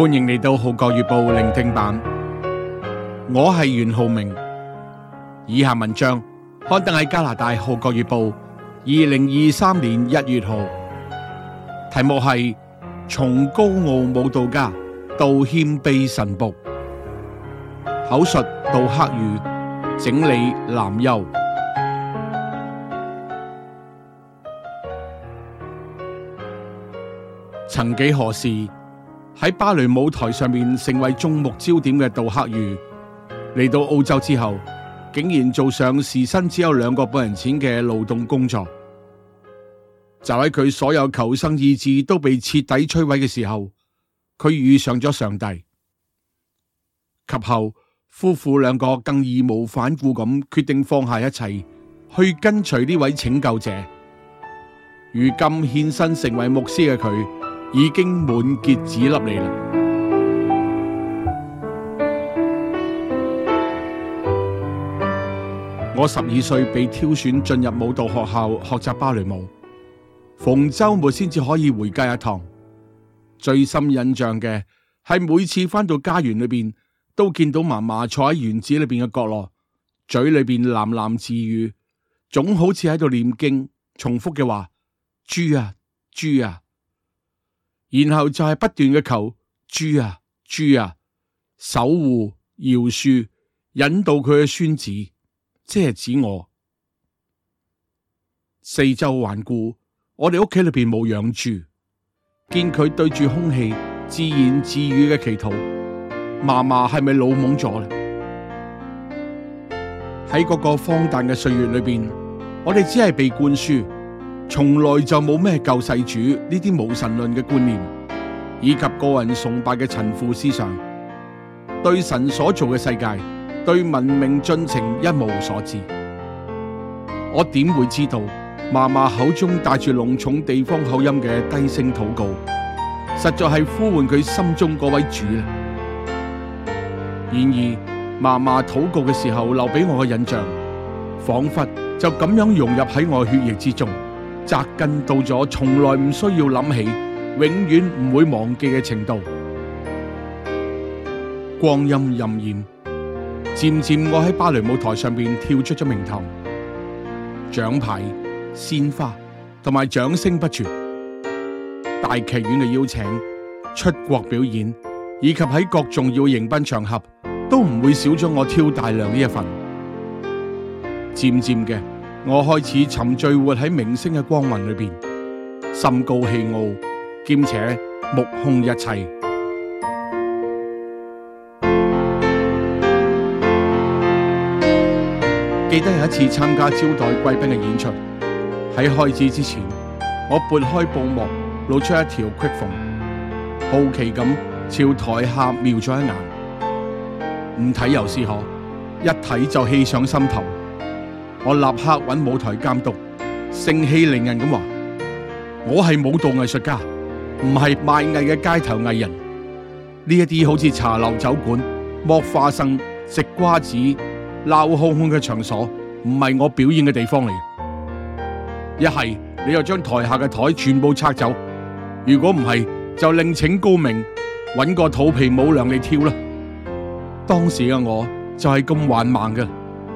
歡迎嚟到《號角月報》聆聽版，我係袁浩明。以下文章刊登喺加拿大《號角月報》2023年1月號，題目係從高傲舞蹈家到謙卑臣僕，口述杜克宇，整理藍優。曾幾何時，喺芭蕾舞台上面成為眾目焦點嘅杜克宇，嚟到澳洲之後，竟然做上時薪只有2個半人錢嘅勞動工作。就喺佢所有求生意志都被徹底摧毀嘅時候，佢遇上咗上帝。及後，夫婦2個更義無反顧咁決定放下一切，去跟隨呢位拯救者。如今獻身成為牧師嘅佢，已經滿結子粒嚟啦。我12歲被挑選進入舞蹈學校學習芭蕾舞，逢週末先至可以回家一趟。最深印象嘅係每次返到家園裏邊，都見到嫲嫲坐喺園子裏邊嘅角落，嘴裏邊喃喃自語，總好似喺度念經，重複嘅話：豬啊，豬啊。然後就係不斷嘅求豬啊，豬啊，守護、饒恕、引導佢嘅孫子，即係指我。四周環顧，我哋屋企裏邊冇養豬，見佢對住空氣自言自語嘅祈禱，嫲嫲係咪老懵咗呢？喺嗰個荒誕嘅歲月裏邊，我哋只係被灌輸，從來就冇咩救世主呢啲無神論嘅觀念，以及個人崇拜嘅陳腐思想，對神所造嘅世界，對文明進程一無所知。我點會知道嫲嫲口中帶住濃重地方口音嘅低聲禱告，實在係呼喚佢心中嗰位主呢？然而嫲嫲禱告嘅時候留俾我嘅印象，仿佛就咁樣融入喺我血液之中，扎根到咗從來唔需要諗起，永遠唔會忘記嘅程度。光陰荏苒，漸漸我喺芭蕾舞台上邊跳出咗名堂，獎牌、鮮花同埋掌聲不絕。大劇院嘅邀請、出國表演以及喺各重要迎賓場合，都唔會少咗我挑大梁呢一份。漸漸嘅，我開始沉醉活喺明星嘅光環裏邊，心高氣傲，兼且目空一切。記得有一次參加招待貴賓嘅演出，喺開始之前，我撥開布幕，露出一條隙縫，好奇咁朝台下瞄咗一眼，唔睇又是可，一睇就氣上心頭。我立刻揾舞台監督，盛氣凌人咁話：我係舞蹈藝術家，唔係賣藝嘅街頭藝人。呢一啲好似茶樓酒館、剝花生、食瓜子、鬧哄哄嘅場所，唔係我表演嘅地方嚟。一係你就將台下嘅台全部拆走，如果唔係就另請高明，揾個肚皮舞娘嚟跳啦。當時嘅我就係咁橫蠻嘅。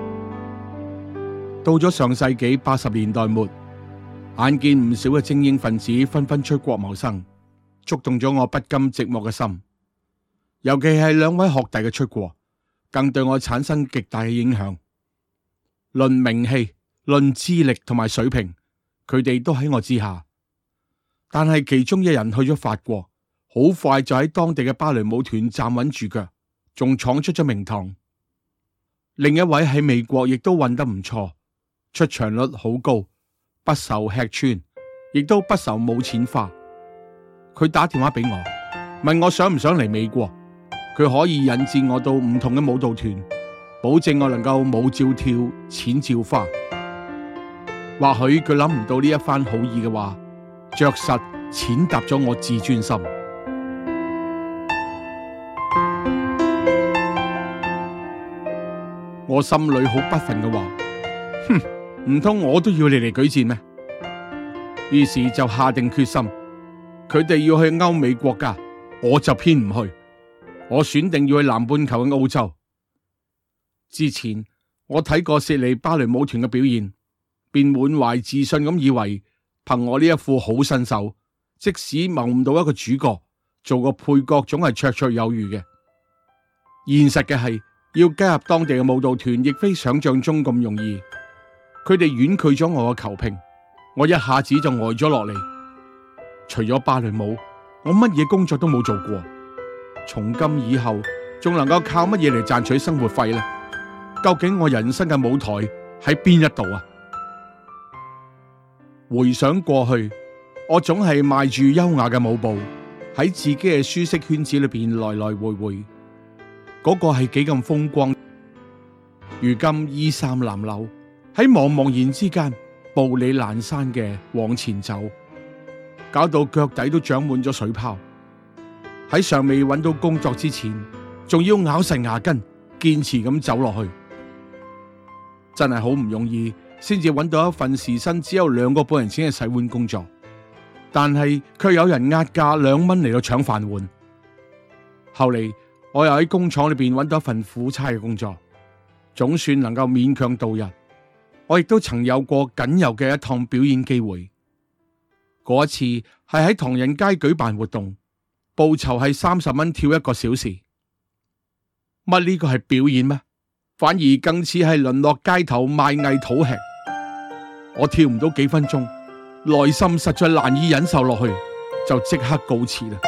到咗上世紀80年代末，眼見唔少嘅精英分子紛紛出國謀生，觸動咗我不甘寂寞嘅心。尤其係2位學弟嘅出國，更對我產生極大嘅影響。論名氣、論資歷同埋水平，佢哋都喺我之下。但係其中一人去咗法國，好快就喺當地嘅芭蕾舞團站穩住腳，仲闖出咗名堂。另一位喺美國亦都混得唔錯，出場率好高，不愁吃穿，亦都不愁冇錢花。佢打電話俾我，問我想唔想嚟美國，佢可以引薦我到唔同嘅舞蹈團，保證我能夠舞照跳，錢照花。或許佢諗唔到呢一番好意嘅話，着實踐踏咗我自尊心。我心裏好不忿嘅話：哼，唔通我都要你嚟舉薦咩？於是就下定決心，佢哋要去歐美國家， 我就偏唔去。我選定要去南半球嘅澳洲。之前我睇過悉尼芭蕾舞團嘅表現，便滿懷自信咁以為憑我呢一副好身手，即使謀唔到一個主角，做個配角總係綽綽有餘嘅。現實嘅係要加入當地嘅舞蹈團，亦非想象中咁容易。佢哋婉拒咗我嘅求聘，我一下子就呆咗落嚟。除咗芭蕾舞，我乜嘢工作都冇做過。從今以後，仲能夠靠乜嘢嚟賺取生活費呢？究竟我人生嘅舞台喺邊一度啊？回想過去，我總係邁住優雅嘅舞步，喺自己嘅舒適圈子裏邊來來回回，嗰個係幾咁風光。如今衣衫襤褸，喺茫茫然之間步履闌珊嘅往前走，搞到腳底都長滿咗水泡。喺尚未揾到工作之前，仲要咬實牙根堅持咁走落去，真係好唔容易先至揾到一份時薪只有2個半銀錢嘅洗碗工作，但係卻有人壓價2蚊嚟到搶飯碗。後嚟我又喺工廠裏邊揾到一份苦差嘅工作，總算能夠勉強度日。我亦都曾有過僅有嘅一趟表演機會，嗰一次係喺唐人街舉辦活動，報酬係30蚊跳1個小時。乜呢個係表演咩？反而更似係淪落街頭賣藝討吃。我跳唔到幾分鐘，內心實在難以忍受落去，就即刻告辭啦。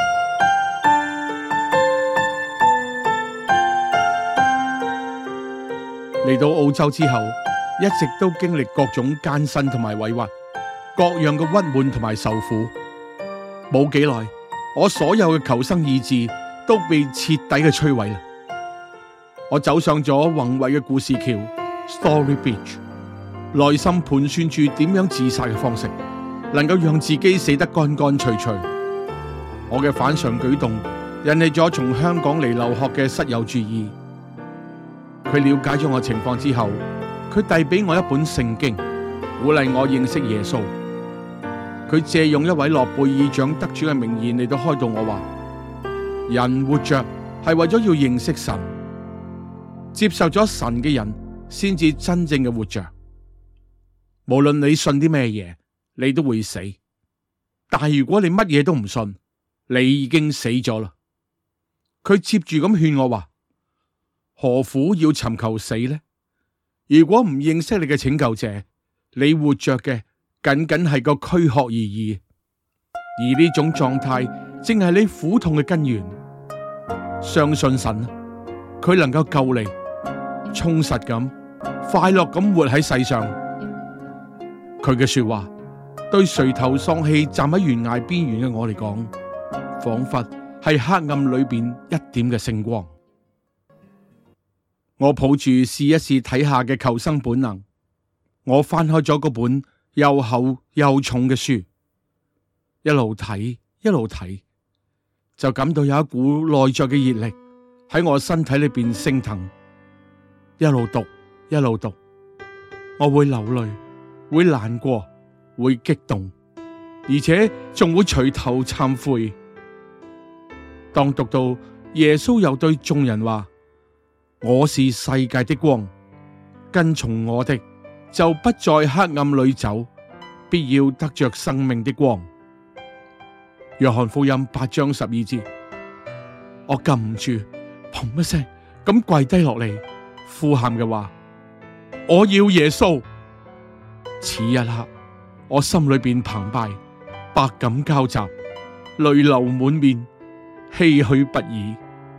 嚟到澳洲之後，一直都經歷各種艱辛同埋委屈，各樣嘅鬱悶同埋受苦。冇幾耐，我所有嘅求生意志都被徹底嘅摧毀啦。我走上咗宏偉嘅故事橋 Story Beach， 內心盤算住點樣自殺嘅方式，能夠讓自己死得乾乾脆脆。我嘅反常舉動引起咗從香港嚟留學嘅室友注意。佢了解咗我情況之後，佢遞俾我一本聖經，鼓勵我認識耶穌。佢借用一位諾貝爾獎得主嘅名言嚟到開導我話：人活着係為咗要認識神，接受咗神嘅人先至真正嘅活着。無論你信啲咩嘢，你都會死。但係如果你乜嘢都唔信，你已經死咗啦。佢接住咁勸我話：何苦要尋求死呢？如果唔認識你嘅拯救者，你活着嘅僅僅係個軀殼而已。而呢種狀態正係你苦痛嘅根源。相信神，佢能夠救你，充實咁、快樂咁活喺世上。佢嘅說話對垂頭喪氣站喺懸崖邊緣嘅我嚟講，仿佛係黑暗裏邊一點嘅星光。我抱住試一試睇下嘅求生本能，我翻開咗嗰本又厚又重嘅書，一路睇一路睇，就感到有一股內在嘅熱力喺我身體裏邊升騰。一路讀一路讀，我會流淚，會難過，會激動，而且仲會垂頭懺悔。當讀到耶穌又對眾人話：我是世界的光，跟從我的就不在黑暗裏走，必要得着生命的光。約翰福音8章12節，我禁唔住，砰一聲咁跪低落嚟，呼喊嘅話：我要耶穌！此一刻，我心裏邊澎湃，百感交集，淚流滿面，唏噓不已。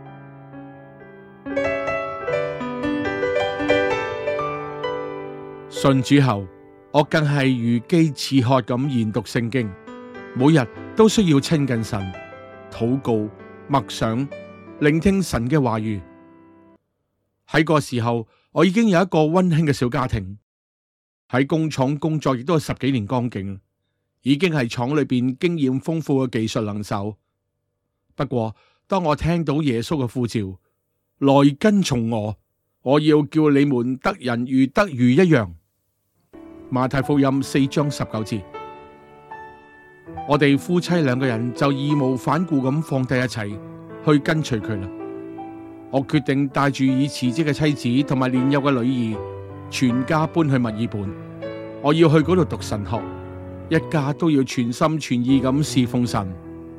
信主後，我更係如飢似渴咁研讀聖經，每日都需要親近神，禱告、默想、聆聽神嘅話語。喺個時候，我已經有一個溫馨嘅小家庭，喺工廠工作亦都係10幾年光景，已經係廠裏邊經驗豐富嘅技術能手。不過，當我聽到耶穌嘅呼召，來跟從我，我要叫你們得人如得魚一樣。馬太福音4章19節， 我哋夫妻兩個人就義無反顧咁放低一切去跟隨佢啦。我決定帶住已辭職嘅妻子同埋年幼嘅女兒，全家搬去墨爾本。我要去嗰度讀神學，一家都要全心全意咁侍奉神。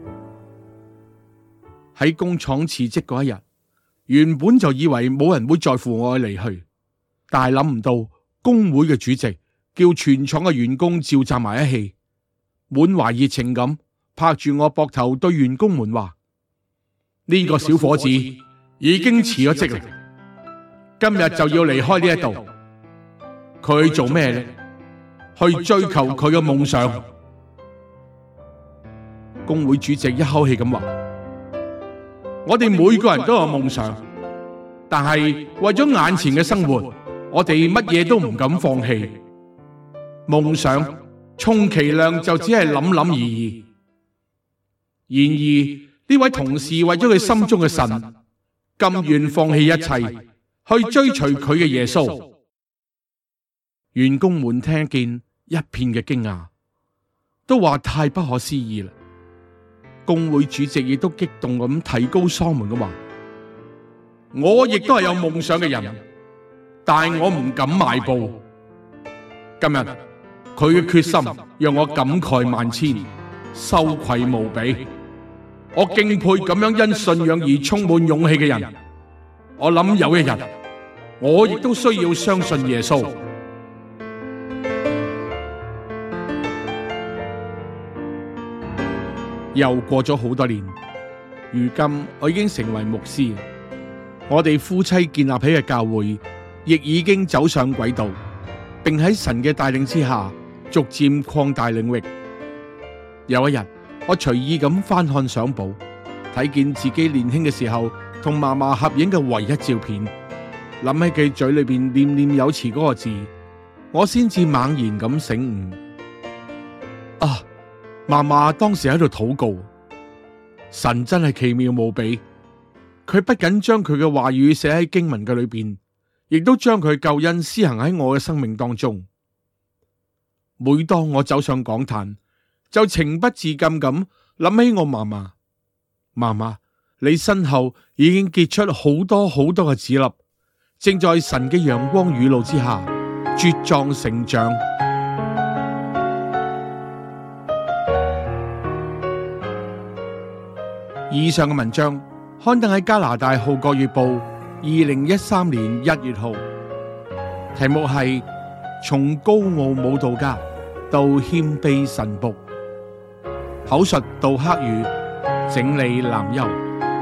喺工廠辭職嗰一日，原本就以為冇人會在乎我嘅離去，但係諗唔到工會嘅主席叫全廠嘅員工召集埋一起，滿懷熱情咁拍住我膊頭對員工們話：呢個小伙子已經辭咗職啦，今日就要離開呢一度。佢做咩呢？去追求佢嘅夢想。工會主席一口氣咁話：我哋每個人都有夢想，但係為咗眼前嘅生活，我哋乜嘢都唔敢放棄。夢想充其量就只係諗諗而已。然而呢位同事為咗佢心中嘅神，甘願放棄一切去追隨佢嘅耶穌。員工們聽見一片嘅驚訝，都話太不可思議啦。工會主席亦都激動咁提高嗓門咁話：我亦都係有夢想嘅人，但係我唔敢邁步。今日佢嘅決心讓我感慨萬千，羞愧無比。我敬佩咁樣因信仰而充滿勇氣嘅人。我諗有一日，我亦都需要相信耶穌。又過咗好多年，如今我已經成為牧師。我哋夫妻建立起嘅教會，亦已經走上軌道，並喺神嘅帶領之下，逐漸擴大領域。有一日，我隨意咁翻看相簿，睇見自己年輕嘅時候同嫲嫲合影嘅唯一照片，諗起佢嘴裏邊念念有詞嗰個字，我先至猛然咁醒悟。啊！嫲嫲當時喺度禱告，神真係奇妙無比。佢不僅將佢嘅話語寫喺經文嘅裏邊，亦都將佢救恩施行喺我嘅生命當中。每當我走上講壇，就情不自禁咁諗起我嫲嫲。嫲嫲，你身後已經結出好多好多嘅籽粒，正在神嘅陽光雨露之下茁壯成長。以上嘅文章刊登喺加拿大《號角月報》2013年1月號，題目係從高傲舞蹈家到謙卑神僕，口述杜克語，整理藍優。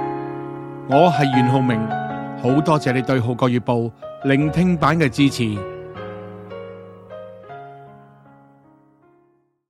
我係袁浩明，好多謝你對《號角月報》聆聽版嘅支持。